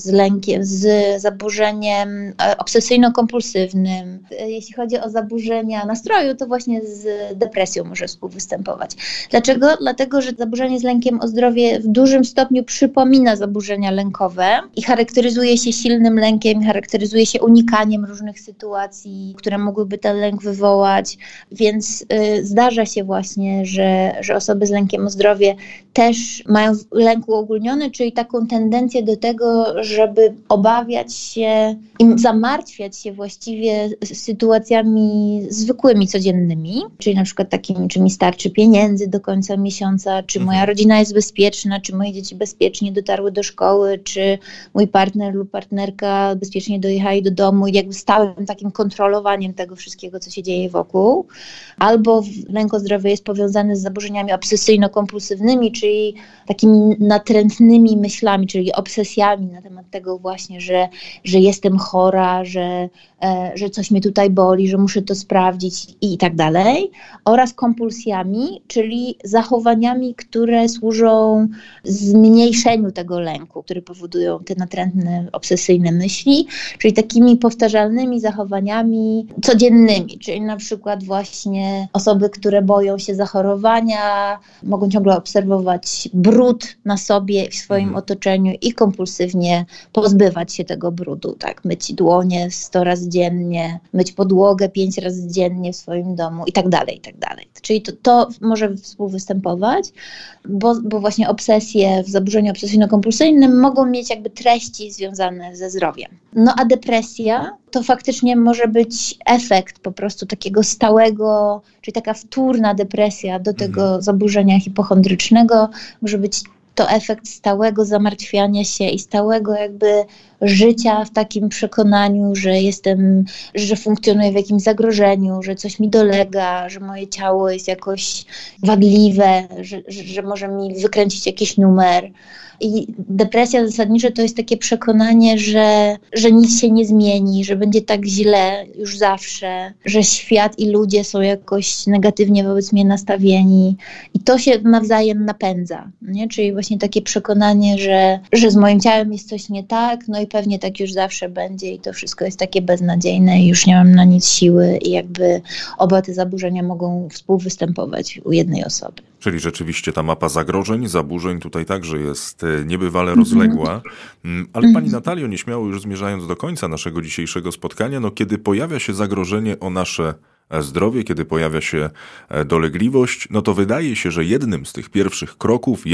z zaburzeniem obsesyjno-kompulsywnym. Jeśli chodzi o zaburzenia nastroju, to właśnie z depresją może współwystępować. Dlaczego? Dlatego, że zaburzenie z lękiem o zdrowie w dużym stopniu przypomina zaburzenia lękowe i charakteryzuje się silnym lękiem, charakteryzuje się unikaniem różnych sytuacji, które mogłyby ten lęk wywołać, więc zdarza się właśnie, że osoby z lękiem o zdrowie też mają lęk uogólniony, czyli taką tendencję do tego, żeby obawiać się i zamartwiać się właściwie sytuacjami zwykłymi, codziennymi, czyli na przykład takimi, czy mi starczy pieniędzy do końca miesiąca, czy moja rodzina jest bezpieczna, czy moje dzieci bezpiecznie dotarły do szkoły, czy mój partner lub partnerka bezpiecznie dojechali do domu i jakby stałym takim kontrolowaniem tego wszystkiego, co się dzieje wokół. Albo lęk o zdrowie jest powiązany z zaburzeniami obsesyjno-kompulsywnymi, czyli takimi natrętnymi myślami, czyli obsesjami na temat tego właśnie, że jestem chora, że coś mnie tutaj boli, że muszę to sprawdzić i tak dalej. Oraz kompulsjami, czyli zachowaniami, które służą zmniejszeniu tego lęku, które powodują te natrętne, obsesyjne myśli, czyli takimi powtarzalnymi zachowaniami codziennymi, czyli na przykład właśnie osoby, które boją się zachorowania, mogą ciągle obserwować brud na sobie i w swoim otoczeniu i kompulsywnie pozbywać się tego brudu, tak, myć dłonie 100 razy dziennie, myć podłogę 5 razy dziennie w swoim domu i tak dalej, i tak dalej. Czyli to może współwystępować, bo właśnie obsesje w zaburzeniu obsesyjno-kompulsyjnym mogą mieć jakby treści związane ze zdrowiem. No a depresja to faktycznie może być efekt po prostu takiego stałego, czyli taka wtórna depresja do tego zaburzenia hipochondrycznego, może być to efekt stałego zamartwiania się i stałego jakby życia w takim przekonaniu, że funkcjonuję w jakimś zagrożeniu, że coś mi dolega, że moje ciało jest jakoś wadliwe, że może mi wykręcić jakiś numer. I depresja zasadniczo to jest takie przekonanie, że nic się nie zmieni, że będzie tak źle już zawsze, że świat i ludzie są jakoś negatywnie wobec mnie nastawieni i to się nawzajem napędza, nie? Czyli właśnie takie przekonanie, że z moim ciałem jest coś nie tak, no i pewnie tak już zawsze będzie i to wszystko jest takie beznadziejne i już nie mam na nic siły i jakby oba te zaburzenia mogą współwystępować u jednej osoby. Czyli rzeczywiście ta mapa zagrożeń, zaburzeń tutaj także jest niebywale rozległa. Ale Pani Natalio, nieśmiało już zmierzając do końca naszego dzisiejszego spotkania, kiedy pojawia się zagrożenie o nasze zdrowie, kiedy pojawia się dolegliwość, to wydaje się, że jednym z tych pierwszych kroków jest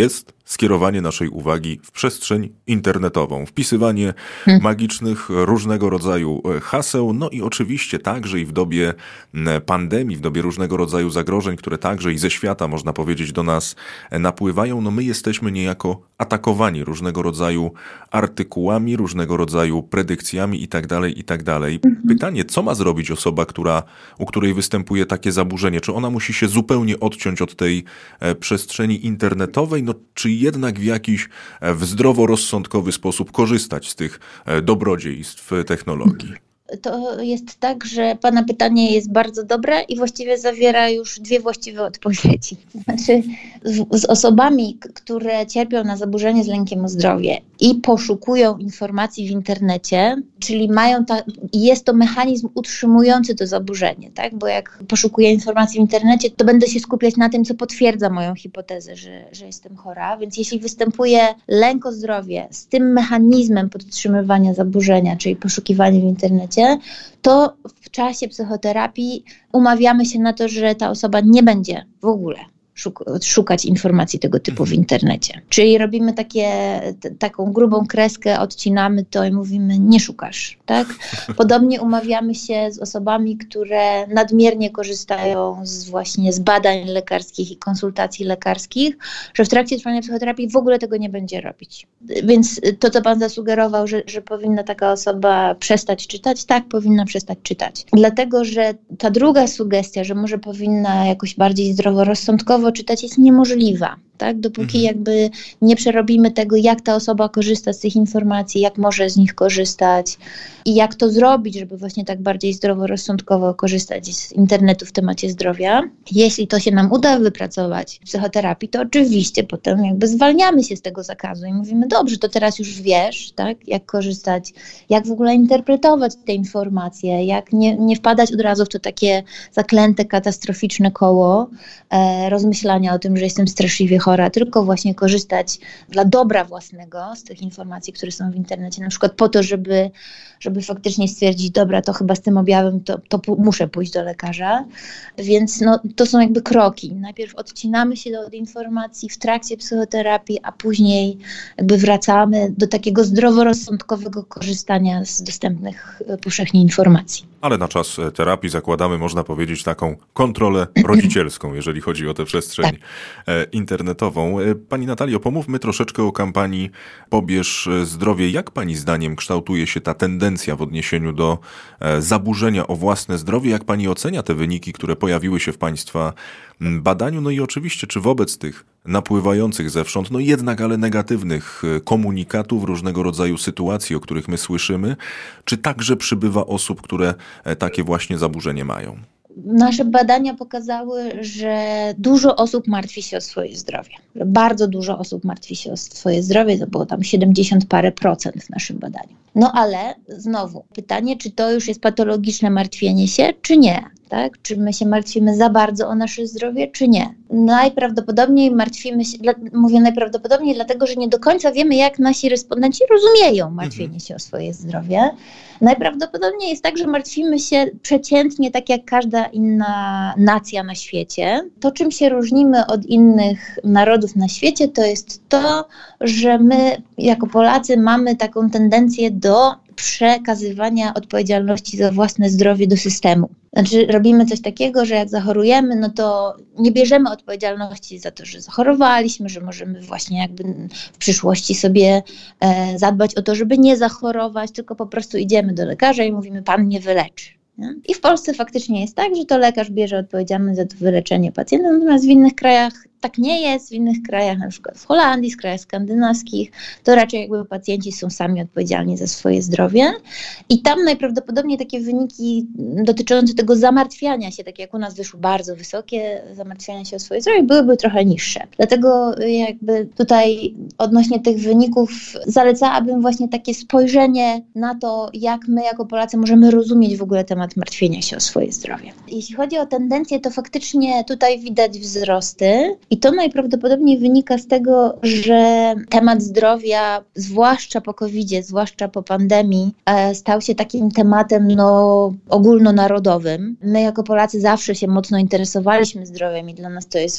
skierowanie naszej uwagi w przestrzeń internetową, wpisywanie magicznych różnego rodzaju haseł, no i oczywiście także i w dobie pandemii, w dobie różnego rodzaju zagrożeń, które także i ze świata, można powiedzieć, do nas napływają, no my jesteśmy niejako atakowani różnego rodzaju artykułami, różnego rodzaju predykcjami itd., itd. Pytanie, co ma zrobić osoba, u której występuje takie zaburzenie? Czy ona musi się zupełnie odciąć od tej przestrzeni internetowej, no czy jednak w jakiś zdroworozsądkowy sposób korzystać z tych dobrodziejstw technologii? To jest tak, że Pana pytanie jest bardzo dobre i właściwie zawiera już dwie właściwe odpowiedzi. Znaczy, z osobami, które cierpią na zaburzenie z lękiem o zdrowie i poszukują informacji w internecie, czyli jest to mechanizm utrzymujący to zaburzenie, tak? Bo jak poszukuję informacji w internecie, to będę się skupiać na tym, co potwierdza moją hipotezę, że jestem chora. Więc jeśli występuje lęk o zdrowie z tym mechanizmem podtrzymywania zaburzenia, czyli poszukiwanie w internecie, to w czasie psychoterapii umawiamy się na to, że ta osoba nie będzie w ogóle szukać informacji tego typu w internecie. Czyli robimy taką grubą kreskę, odcinamy to i mówimy, nie szukasz, tak? Podobnie umawiamy się z osobami, które nadmiernie korzystają właśnie z badań lekarskich i konsultacji lekarskich, że w trakcie trwania psychoterapii w ogóle tego nie będzie robić. Więc to, co Pan zasugerował, że powinna taka osoba przestać czytać, tak, powinna przestać czytać. Dlatego, że ta druga sugestia, że może powinna jakoś bardziej zdroworozsądkowo czytać, jest niemożliwa, tak? Dopóki jakby nie przerobimy tego, jak ta osoba korzysta z tych informacji, jak może z nich korzystać i jak to zrobić, żeby właśnie tak bardziej zdroworozsądkowo korzystać z internetu w temacie zdrowia. Jeśli to się nam uda wypracować w psychoterapii, to oczywiście potem jakby zwalniamy się z tego zakazu i mówimy, dobrze, to teraz już wiesz, tak? Jak korzystać, jak w ogóle interpretować te informacje, jak nie wpadać od razu w to takie zaklęte, katastroficzne koło rozmyślania o tym, że jestem straszliwie chora, tylko właśnie korzystać dla dobra własnego z tych informacji, które są w internecie, na przykład po to, żeby faktycznie stwierdzić, dobra, to chyba z tym objawem to muszę pójść do lekarza. Więc to są jakby kroki. Najpierw odcinamy się od informacji w trakcie psychoterapii, a później jakby wracamy do takiego zdroworozsądkowego korzystania z dostępnych powszechnie informacji. Ale na czas terapii zakładamy, można powiedzieć, taką kontrolę rodzicielską, jeżeli chodzi o tę przestrzeń internetową. Pani Natalio, pomówmy troszeczkę o kampanii Pobierz Zdrowie. Jak Pani zdaniem kształtuje się ta tendencja w odniesieniu do zaburzenia o własne zdrowie? Jak Pani ocenia te wyniki, które pojawiły się w Państwa badaniu? No i oczywiście, czy wobec tych napływających zewsząd, jednak ale negatywnych komunikatów, różnego rodzaju sytuacji, o których my słyszymy, czy także przybywa osób, które takie właśnie zaburzenie mają? Nasze badania pokazały, że dużo osób martwi się o swoje zdrowie. Bardzo dużo osób martwi się o swoje zdrowie, to było tam 70 parę procent w naszym badaniu. Ale znowu pytanie, czy to już jest patologiczne martwienie się, czy nie? Tak? Czy my się martwimy za bardzo o nasze zdrowie, czy nie? Najprawdopodobniej martwimy się, mówię najprawdopodobniej dlatego, że nie do końca wiemy, jak nasi respondenci rozumieją martwienie się o swoje zdrowie. Najprawdopodobniej jest tak, że martwimy się przeciętnie, tak jak każda inna nacja na świecie. To, czym się różnimy od innych narodów na świecie, to jest to, że my jako Polacy mamy taką tendencję do przekazywania odpowiedzialności za własne zdrowie do systemu. Znaczy robimy coś takiego, że jak zachorujemy, to nie bierzemy odpowiedzialności za to, że zachorowaliśmy, że możemy właśnie jakby w przyszłości sobie zadbać o to, żeby nie zachorować, tylko po prostu idziemy do lekarza i mówimy, pan mnie wyleczy. Nie? I w Polsce faktycznie jest tak, że to lekarz bierze odpowiedzialność za to wyleczenie pacjenta, natomiast w innych krajach tak nie jest, w innych krajach, na przykład w Holandii, w krajach skandynawskich, to raczej jakby pacjenci są sami odpowiedzialni za swoje zdrowie i tam najprawdopodobniej takie wyniki dotyczące tego zamartwiania się, tak jak u nas wyszły bardzo wysokie, zamartwiania się o swoje zdrowie, byłyby trochę niższe. Dlatego jakby tutaj odnośnie tych wyników zalecałabym właśnie takie spojrzenie na to, jak my jako Polacy możemy rozumieć w ogóle temat martwienia się o swoje zdrowie. Jeśli chodzi o tendencje, to faktycznie tutaj widać wzrosty. I to najprawdopodobniej wynika z tego, że temat zdrowia, zwłaszcza po COVID-zie, zwłaszcza po pandemii, stał się takim tematem ogólnonarodowym. My jako Polacy zawsze się mocno interesowaliśmy zdrowiem i dla nas to jest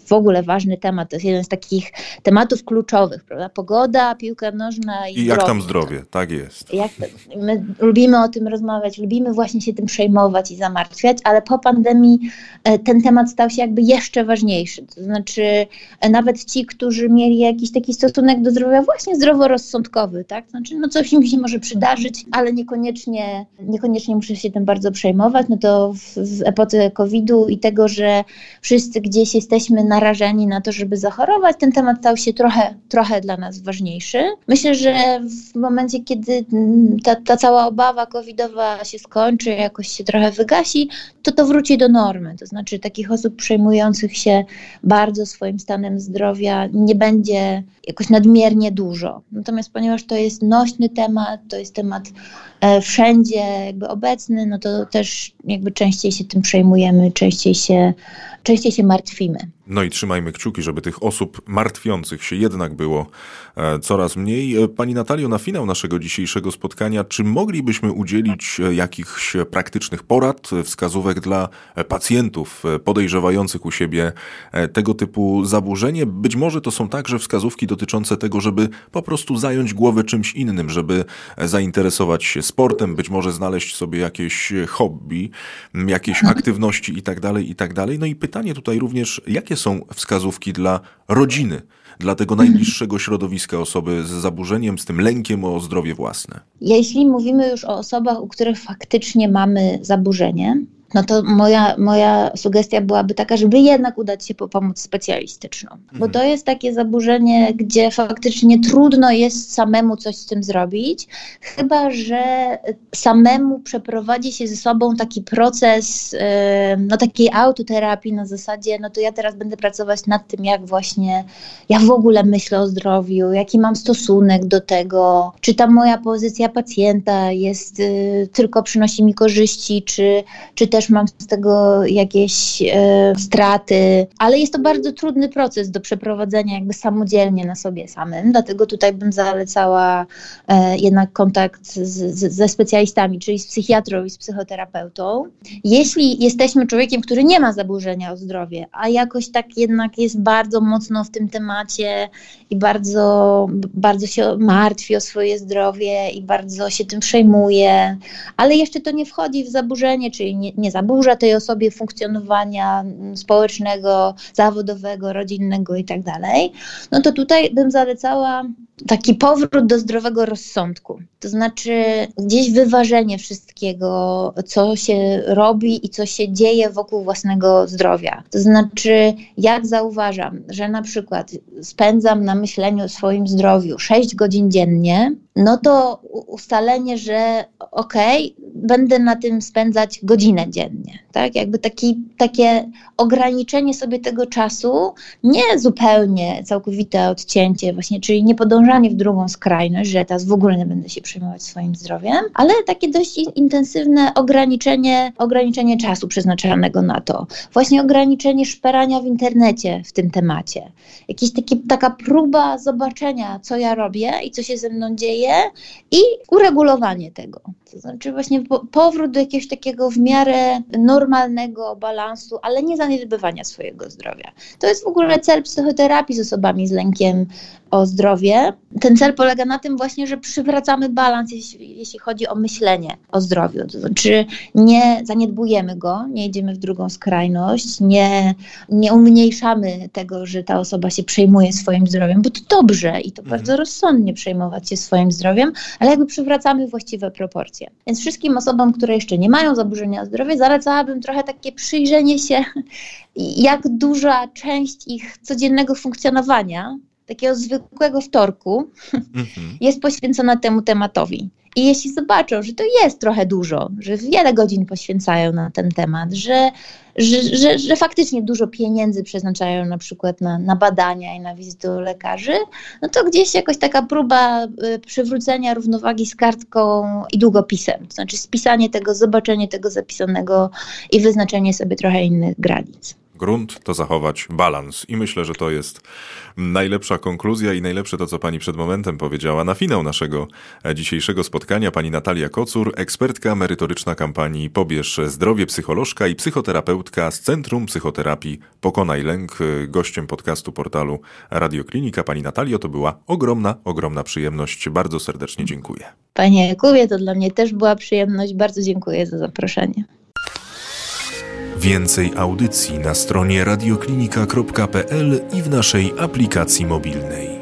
w ogóle ważny temat, to jest jeden z takich tematów kluczowych, prawda? Pogoda, piłka nożna i jak tam zdrowie, tak jest. My lubimy o tym rozmawiać, lubimy właśnie się tym przejmować i zamartwiać, ale po pandemii ten temat stał się jakby jeszcze ważniejszy. To znaczy nawet ci, którzy mieli jakiś taki stosunek do zdrowia właśnie zdroworozsądkowy, tak? Znaczy coś mi się może przydarzyć, ale niekoniecznie muszę się tym bardzo przejmować. No to w epoce COVID-u i tego, że wszyscy gdzieś jesteśmy narażeni na to, żeby zachorować, ten temat stał się trochę dla nas ważniejszy. Myślę, że w momencie, kiedy ta cała obawa covidowa się skończy, jakoś się trochę wygasi, to wróci do normy. To znaczy takich osób przejmujących się bardzo swoim stanem zdrowia nie będzie jakoś nadmiernie dużo. Natomiast ponieważ to jest nośny temat, to jest temat wszędzie jakby obecny, no to też jakby częściej się tym przejmujemy, częściej się martwimy. No i trzymajmy kciuki, żeby tych osób martwiących się jednak było coraz mniej. Pani Natalio, na finał naszego dzisiejszego spotkania, czy moglibyśmy udzielić jakichś praktycznych porad, wskazówek dla pacjentów podejrzewających u siebie tego typu zaburzenie? Być może to są także wskazówki dotyczące tego, żeby po prostu zająć głowę czymś innym, żeby zainteresować się sportem, być może znaleźć sobie jakieś hobby, jakieś aktywności itd. No i pytanie tutaj również, jakie są wskazówki dla rodziny, dla tego najbliższego środowiska osoby z zaburzeniem, z tym lękiem o zdrowie własne? Jeśli mówimy już o osobach, u których faktycznie mamy zaburzenie, no to moja sugestia byłaby taka, żeby jednak udać się po pomoc specjalistyczną. Bo to jest takie zaburzenie, gdzie faktycznie trudno jest samemu coś z tym zrobić, chyba że samemu przeprowadzi się ze sobą taki proces takiej autoterapii na zasadzie, no to ja teraz będę pracować nad tym, jak właśnie ja w ogóle myślę o zdrowiu, jaki mam stosunek do tego, czy ta moja pozycja pacjenta jest tylko przynosi mi korzyści, czy też mam z tego jakieś straty, ale jest to bardzo trudny proces do przeprowadzenia jakby samodzielnie na sobie samym, dlatego tutaj bym zalecała jednak kontakt ze specjalistami, czyli z psychiatrą i z psychoterapeutą. Jeśli jesteśmy człowiekiem, który nie ma zaburzenia o zdrowie, a jakoś tak jednak jest bardzo mocno w tym temacie i bardzo, bardzo się martwi o swoje zdrowie i bardzo się tym przejmuje, ale jeszcze to nie wchodzi w zaburzenie, czyli nie zaburza tej osobie funkcjonowania społecznego, zawodowego, rodzinnego i tak dalej, no to tutaj bym zalecała taki powrót do zdrowego rozsądku. To znaczy gdzieś wyważenie wszystkiego, co się robi i co się dzieje wokół własnego zdrowia. To znaczy, jak zauważam, że na przykład spędzam na myśleniu o swoim zdrowiu 6 godzin dziennie, no to ustalenie, że będę na tym spędzać godzinę dziennie. Tak? Jakby takie ograniczenie sobie tego czasu, nie zupełnie całkowite odcięcie właśnie, czyli nie podążanie w drugą skrajność, że teraz w ogóle nie będę się przejmować swoim zdrowiem, ale takie dość intensywne ograniczenie czasu przeznaczanego na to. Właśnie ograniczenie szperania w internecie w tym temacie. Taka próba zobaczenia, co ja robię i co się ze mną dzieje i uregulowanie tego. To znaczy właśnie powrót do jakiegoś takiego w miarę normalnego balansu, ale nie zaniedbywania swojego zdrowia. To jest w ogóle cel psychoterapii z osobami z lękiem o zdrowie. Ten cel polega na tym właśnie, że przywracamy balans, jeśli chodzi o myślenie o zdrowiu. To znaczy nie zaniedbujemy go, nie idziemy w drugą skrajność, nie umniejszamy tego, że ta osoba się przejmuje swoim zdrowiem, bo to dobrze i to bardzo rozsądnie przejmować się swoim zdrowiem, ale jakby przywracamy właściwe proporcje. Więc wszystkim osobom, które jeszcze nie mają zaburzenia zdrowia, zalecałabym trochę takie przyjrzenie się, jak duża część ich codziennego funkcjonowania, takiego zwykłego wtorku, jest poświęcona temu tematowi. I jeśli zobaczą, że to jest trochę dużo, że wiele godzin poświęcają na ten temat, że faktycznie dużo pieniędzy przeznaczają na przykład na badania i na wizyty u lekarzy, no to gdzieś jakoś taka próba przywrócenia równowagi z kartką i długopisem. To znaczy spisanie tego, zobaczenie tego zapisanego i wyznaczenie sobie trochę innych granic. grunt, to zachować balans. I myślę, że to jest najlepsza konkluzja i najlepsze to, co pani przed momentem powiedziała na finał naszego dzisiejszego spotkania. Pani Natalia Kocur, ekspertka merytoryczna kampanii Pobierz Zdrowie, psycholożka i psychoterapeutka z Centrum Psychoterapii Pokonaj Lęk, gościem podcastu portalu Radioklinika. Pani Natalio, to była ogromna przyjemność. Bardzo serdecznie dziękuję. Panie Jakubie, to dla mnie też była przyjemność. Bardzo dziękuję za zaproszenie. Więcej audycji na stronie radioklinika.pl i w naszej aplikacji mobilnej.